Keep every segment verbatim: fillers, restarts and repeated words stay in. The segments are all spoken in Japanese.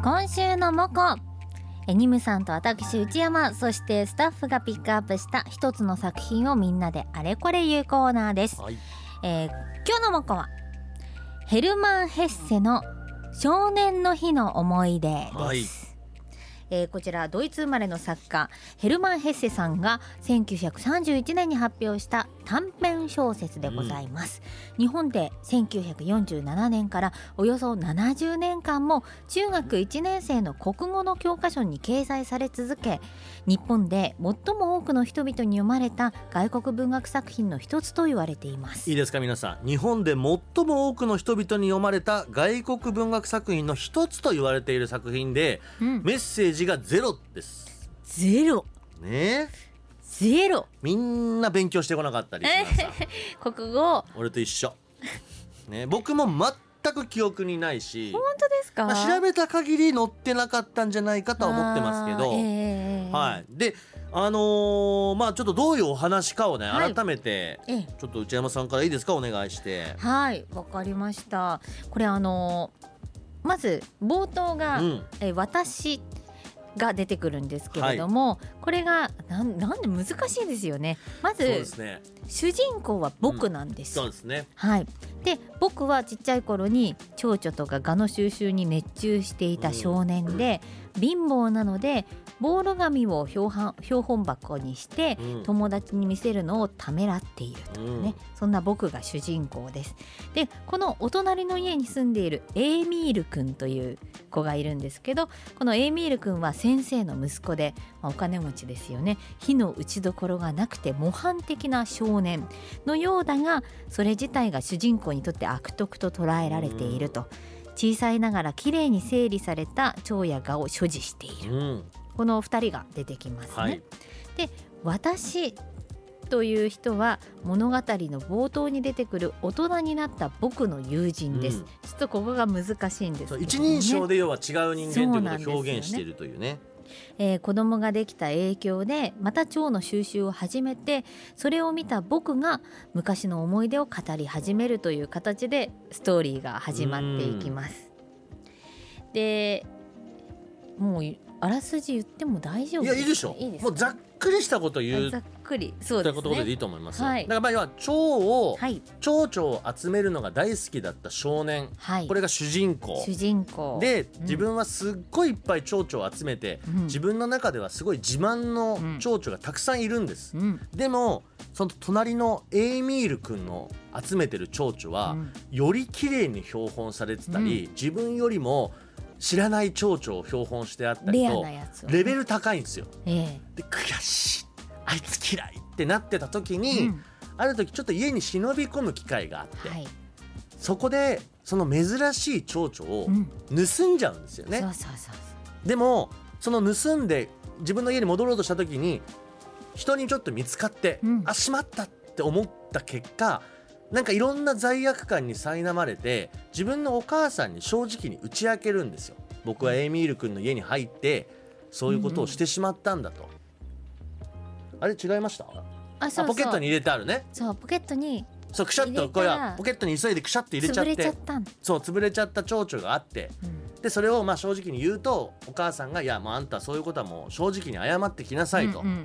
今週のモコ、えニムさんと私内山、そしてスタッフがピックアップした一つの作品をみんなであれこれ言うコーナーです、はい。えー、今日のモコはヘルマン・ヘッセの少年の日の思い出です、はい。えー、こちらドイツ生まれの作家ヘルマン・ヘッセさんがせんきゅうひゃくさんじゅういちねんに発表した短編小説でございます、うん、日本でせんきゅうひゃくよんじゅうななねんからおよそななじゅうねんかんも中学いちねん生の国語の教科書に掲載され続け、日本で最も多くの人々に読まれた外国文学作品の一つと言われています。 いいですか皆さん、日本で最も多くの人々に読まれた外国文学作品の一つと言われている作品で、うん、メッセージがゼロです。 ゼロねえ、 ゼロ。 みんな勉強してこなかったりします国語俺と一緒、ね、僕も全く記憶にないし。 本当ですか？ まあ、調べた限り載ってなかったんじゃないかとは思ってますけど、 えーはい、であのー、まあちょっとどういうお話かをね、はい、改めてちょっと内山さんからいいですか、お願いして。 はい、わかりました。これあのー、まず冒頭が、うん、え私が出てくるんですけれども、はい、これがな ん, なんで難しいですよね。まず、ね、主人公は僕なんです、 うん、そうですね、 はい。で僕はちっちゃい頃に蝶々とか蛾の収集に熱中していた少年で、うん、貧乏なのでボール紙を標本、標本箱にして、うん、友達に見せるのをためらっているというね、うん、そんな僕が主人公です。でこのお隣の家に住んでいるエーミール君という子がいるんですけど、このエーミール君は先生の息子で、まあ、お金持ちですよね。火の打ちどころがなくて模範的な少年のようだが、それ自体が主人公にとって悪徳と捉えられていると、小さいながらきれいに整理された蝶や蛾を所持している、うん、このふたりが出てきますね、はい。で私という人は物語の冒頭に出てくる大人になった僕の友人です、うん、ちょっとここが難しいんですけど、ね、 一人称で要は違う人間ということを表現しているというね。 えー、子供ができた影響でまた蝶の収集を始めて、それを見た僕が昔の思い出を語り始めるという形でストーリーが始まっていきます。でもうあらすじ言っても大丈夫ですか？ いやいいでしょ。いいですか？もうざっくりしたこと言うざっくりそうですね、 ということでいいと思います、 はい、 だからまあ要は蝶を、はい、蝶々を集めるのが大好きだった少年、はい、これが主人公主人公で、うん、自分はすっごいいっぱい蝶々を集めて、うん、自分の中ではすごい自慢の蝶々がたくさんいるんです、うん、でもその隣のエーミール君の集めてる蝶々は、うん、より綺麗に標本されてたり、うん、自分よりも知らない蝶々を標本してあったりとレベル高いんですよ、えー、で悔しい、あいつ嫌いってなってた時に、うん、ある時ちょっと家に忍び込む機会があって、はい、そこでその珍しい蝶々を盗んじゃうんですよね、うん、そうそうそうそう。でもその盗んで自分の家に戻ろうとした時に人にちょっと見つかって、うん、あしまったって思った結果、なんかいろんな罪悪感に苛まれて自分のお母さんに正直に打ち明けるんですよ。僕はエーミール君の家に入ってそういうことをしてしまったんだと、うんうん、あれ違いました？あ、そうそう、あポケットに入れてあるね。 そうポケットにそうくしゃっとこれはポケットに急いでくしゃっと入れちゃって潰れちゃったんそう潰れちゃった蝶々があって、うん、でそれをまあ正直に言うとお母さんがいやもうあんたそういうことはもう正直に謝ってきなさいと、うんうんうん、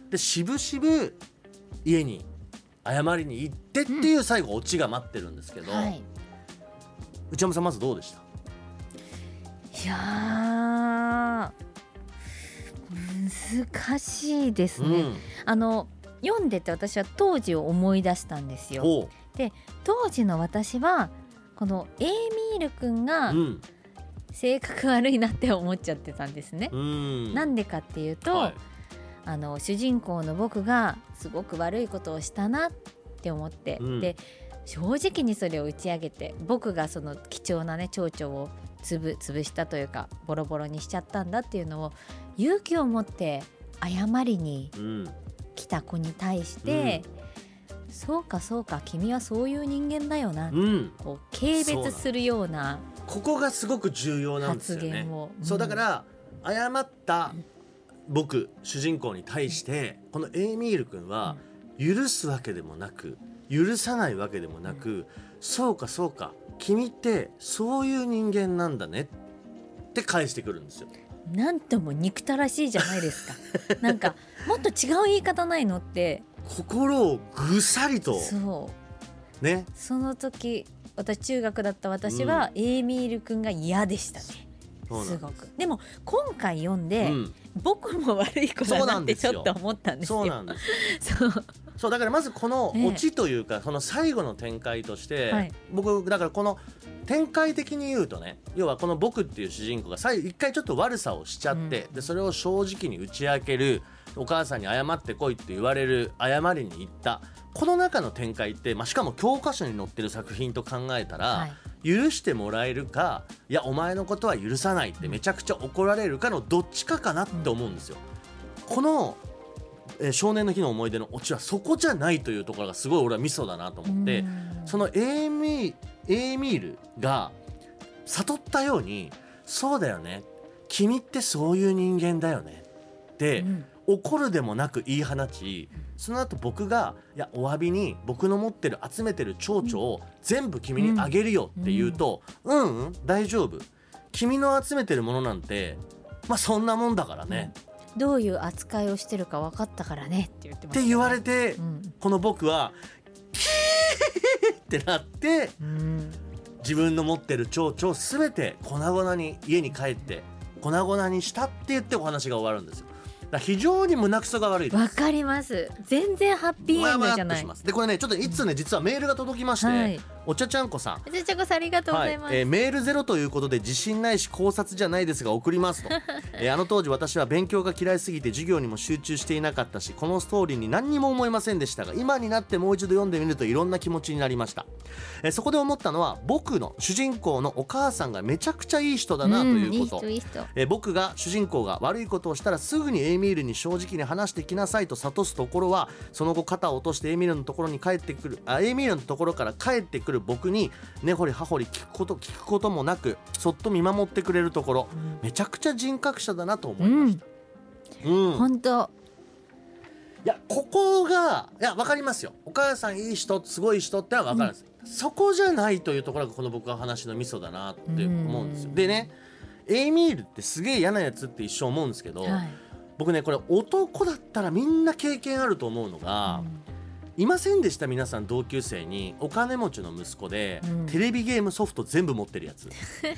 でしぶしぶ家に謝りに行ってっていう最後オチが待ってるんですけど、うんはい、内山さんまずどうでした？ いや難しいですね、うん、あの読んでて私は当時を思い出したんですよ。で当時の私はこのエーミール君が性格悪いなって思っちゃってたんですね、うん、なんでかっていうと、はい、あの主人公の僕がすごく悪いことをしたなって思って、うん、で正直にそれを打ち上げて僕がその貴重なね蝶々をつぶ潰したというかボロボロにしちゃったんだっていうのを勇気を持って謝りに来た子に対して、うん、そうかそうか君はそういう人間だよな、うん、こう軽蔑するようなここがすごく重要なんですよね。発言を、うん、そうだから謝った僕主人公に対してこのエーミール君は許すわけでもなく許さないわけでもなく、うん、そうかそうか君ってそういう人間なんだねっって返してくるんですよ。 なんとも憎たらしいじゃないですかなんかもっと違う言い方ないのって。 心をぐさりとそうね。 その時私中学だった私は、うん、エーミールくんが嫌でしたね。すごく。でも今回読んで、うん、僕も悪い子だなってちょっと思ったんですよ。 そうなんですよそうそうだからまずこのオチというか、ええ、その最後の展開として、はい、僕だからこの展開的に言うとね、要はこの僕っていう主人公が最後一回ちょっと悪さをしちゃって、うん、でそれを正直に打ち明ける、お母さんに謝ってこいって言われる、謝りに行った、この中の展開って、まあ、しかも教科書に載ってる作品と考えたら、はい、許してもらえるか、いやお前のことは許さないってめちゃくちゃ怒られるかのどっちかかなって思うんですよ。この、えー、少年の日の思い出のオチはそこじゃないというところがすごい俺はミソだなと思って、そのエーミー、エーミールが悟ったように、そうだよね、君ってそういう人間だよねって、うん、怒るでもなく言い放ち、その後僕がいやお詫びに僕の持ってる集めてる蝶々を全部君にあげるよって言うと、うん、うん、うん、大丈夫、君の集めてるものなんてまあそんなもんだからね、 うん、どういう扱いをしてるか分かったからねって言ってましたね。 って言われて、うん、この僕はキーってなって、うん、自分の持ってる蝶々を全て粉々に家に帰って粉々にしたって言ってお話が終わるんですよ。非常に胸くそが悪いです。 わかります。全然ハッピーエンドじゃない。 でこれねちょっといつね、実はメールが届きまして、はい、お茶ちゃんこさん、 お茶ちゃんこさんありがとうございます、 はい、えー、メールゼロということで自信ないし考察じゃないですが送りますと、えー、あの当時私は勉強が嫌いすぎて授業にも集中していなかったし、このストーリーに何にも思いませんでしたが、今になってもう一度読んでみるといろんな気持ちになりました。えー、そこで思ったのは僕の主人公のお母さんがめちゃくちゃいい人だなということ、うん、いい人いい人、えー、僕が主人公が悪いことをしたらすぐにエイミールに正直に話してきなさいと諭すところは、その後肩を落としてエイミールのところに帰ってくるあエイミールのところから帰ってくる僕に根掘り葉掘り聞くこと聞くこともなくそっと見守ってくれるところ、うん、めちゃくちゃ人格者だなと思いました。うん、 本当、 いやここがいや分かりますよ、お母さんいい人すごい人ってのは分かるんです、うん、そこじゃないというところがこの僕は話のミソだなって思うんですよ。でね、エイミールってすげえ嫌なやつって一生思うんですけど、はい、僕ねこれ男だったらみんな経験あると思うのが、うん、いませんでした皆さん同級生にお金持ちの息子で、うん、テレビゲームソフト全部持ってるやつ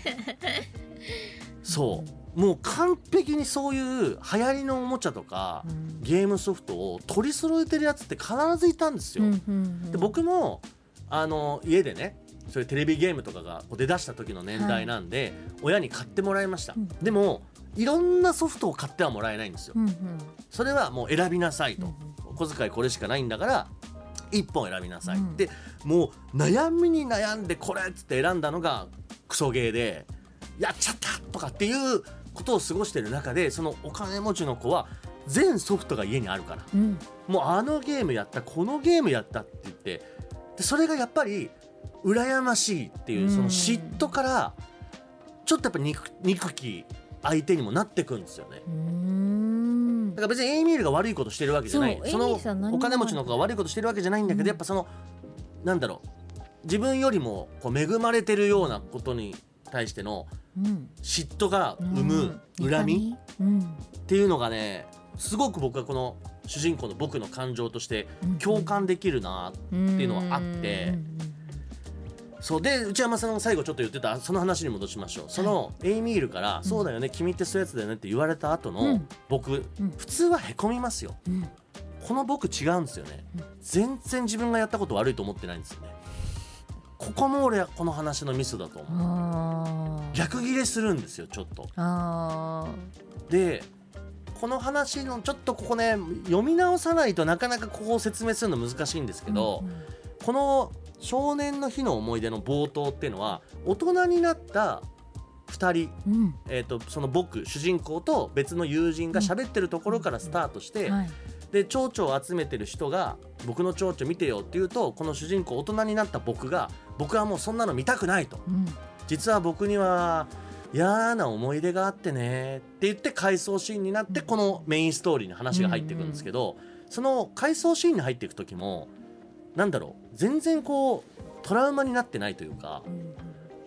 そうもう完璧にそういう流行りのおもちゃとか、うん、ゲームソフトを取り揃えてるやつって必ずいたんですよ、うんうんうん、で僕もあの家でねそういうテレビゲームとかが出だした時の年代なんで、はい、親に買ってもらいました、うん、でもいろんなソフトを買ってはもらえないんですよ、うんうん、それはもう選びなさいと、うんうん、小遣いこれしかないんだからいっぽん選びなさい、うん、でもう悩みに悩んでこれっつって選んだのがクソゲーでやっちゃったとかっていうことを過ごしてる中で、そのお金持ちの子は全ソフトが家にあるから、うん、もうあのゲームやったこのゲームやったって言ってでそれがやっぱり羨ましいっていうその嫉妬からちょっとやっぱ 憎, 憎き相手にもなってくんですよね。うーんだから別にエイミールが悪いことしてるわけじゃない、 そ, そのお金持ちの子が悪いことしてるわけじゃないんだけど、うん、やっぱそのなんだろう自分よりもこう恵まれてるようなことに対しての嫉妬が生む恨みっていうのがねすごく僕はこの主人公の僕の感情として共感できるなっていうのはあって、そうで内山さんが最後ちょっと言ってたその話に戻しましょう。そのエイミールから、うん、そうだよね君ってそういうやつだよねって言われた後の、うん、僕、うん、普通はへこみますよ、うん、この僕違うんですよね、うん、全然自分がやったこと悪いと思ってないんですよね。ここも俺はこの話のミスだと思う。逆ギレするんですよちょっと。あでこの話のちょっとここね読み直さないとなかなかここを説明するの難しいんですけど、うんうん、この少年の日の思い出の冒頭っていうのは大人になったふたり、うんえー、とその僕主人公と別の友人が喋ってるところからスタートして、うんはい、で蝶々を集めてる人が僕の蝶々見てよって言うとこの主人公大人になった僕が僕はもうそんなの見たくないと、うん、実は僕には嫌な思い出があってねって言って回想シーンになってこのメインストーリーに話が入っていくんですけど、うん、その回想シーンに入っていく時もなんだろう全然こうトラウマになってないというか、うん、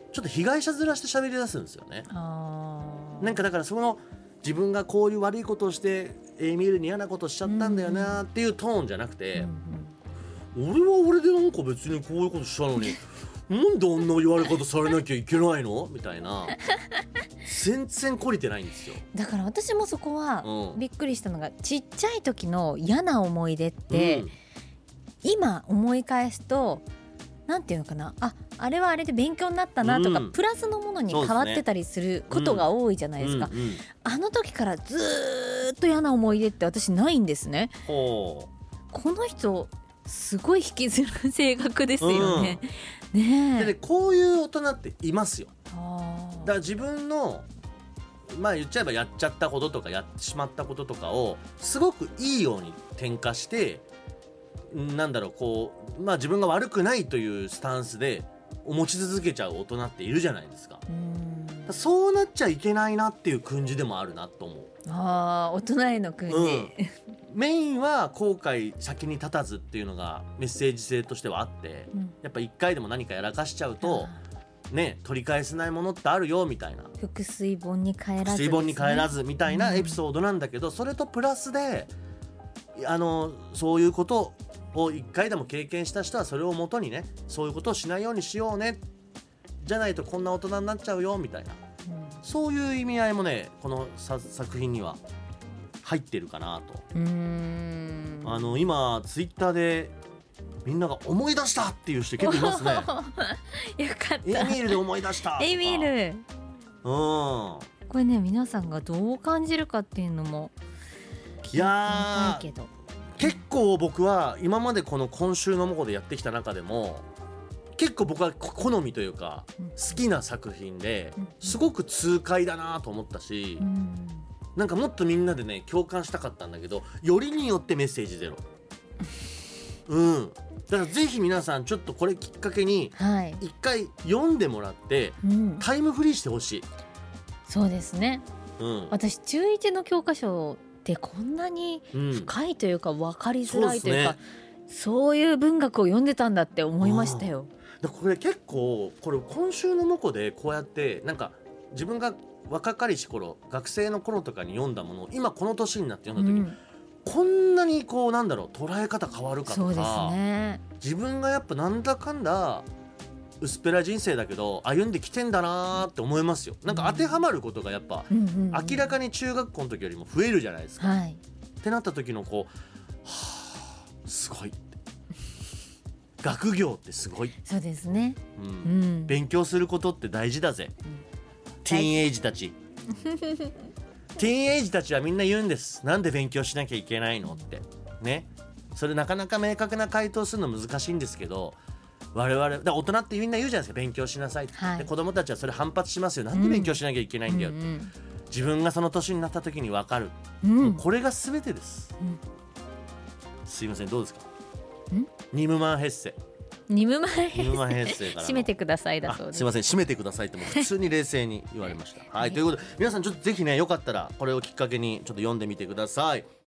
ちょっと被害者面して喋り出すんですよね。 あなんかだからその自分がこういう悪いことをしてエイミールに嫌なことしちゃったんだよなっていうトーンじゃなくて、うんうん、俺は俺でなんか別にこういうことしたのになんであんな言われ方されなきゃいけないのみたいな全然懲りてないんですよ。 だから私もそこはびっくりしたのが、うん、ちっちゃい時の嫌な思い出って、うん、今思い返すとなんていうのかな、あ、あれはあれで勉強になったなとか、うん、プラスのものに変わってたりすることが多いじゃないですか、うんうんうん、あの時からずーっと嫌な思い出って私ないんですね。この人すごい引きずる性格ですよね、うん、ねえ。 でね、こういう大人っていますよ。だから自分のまあ言っちゃえばやっちゃったこととかやってしまったこととかをすごくいいように転化して、なんだろう、こう、まあ、自分が悪くないというスタンスで持ち続けちゃう大人っているじゃないですか。うん、そうなっちゃいけないなっていう訓示でもあるなと思う。 あ、大人への訓示、うん、 メインは後悔先に立たずっていうのがメッセージ性としてはあって、うん、やっぱ一回でも何かやらかしちゃうとね、取り返せないものってあるよみたいな、 腹水本に帰らず、ね、 腹水本に帰らずみたいなエピソードなんだけど、うん、それとプラスであのそういうことを一回でも経験した人はそれをもとにね、そういうことをしないようにしようね、じゃないとこんな大人になっちゃうよみたいな、うん、そういう意味合いもねこの作品には入ってるかなと。うーん、あの今ツイッターでみんなが思い出したっていう人結構いますね。よかった。 エイミールで思い出したとか。 エイミール、うん、 これね皆さんがどう感じるかっていうのも聞いてみたいけど、 結構僕は今までこの今週のモコでやってきた中でも結構僕は好みというか好きな作品ですごく痛快だなと思ったし、うん、なんかもっとみんなでね共感したかったんだけど、よりによってメッセージゼロ。うん、だからぜひ皆さんちょっとこれきっかけに一回読んでもらってタイムフリーしてほしい、うん、 そうですね、うん、私中いちの教科書ってこんなに深いというか分かりづらいというか、うん、そうですね、そういう文学を読んでたんだって思いましたよ。 だこれ結構これ今週のモコでこうやってなんか自分が若かりし頃学生の頃とかに読んだものを今この年になって読んだ時、うん、こんなにこうなんだろう捉え方変わるかとか、 そうですね、 自分がやっぱなんだかんだ薄っぺら人生だけど歩んできてんだなって思いますよ。なんか当てはまることがやっぱ、うんうんうん、明らかに中学校の時よりも増えるじゃないですか、はい、ってなった時のこう、はあ、すごいって学業ってすごい、 そうですね、 うんうん、勉強することって大事だぜ、うん、ティーンエイジたちティーンエイジたちはみんな言うんです。なんで勉強しなきゃいけないのってね。それなかなか明確な回答するの難しいんですけど、我々だ大人ってみんな言うじゃないですか、勉強しなさいって、はい、で子供たちはそれ反発しますよ。なんで勉強しなきゃいけないんだよって、うんうんうん、自分がその年になった時に分かる、うん、これが全てです、うん、すいませんどうですか。んニムマンヘッセニムマンヘッセニムマンヘッセから締めてくださいだそうです。 すいません締めてくださいってもう普通に冷静に言われました。はい、ということで皆さんちょっとぜひねよかったらこれをきっかけにちょっと読んでみてください。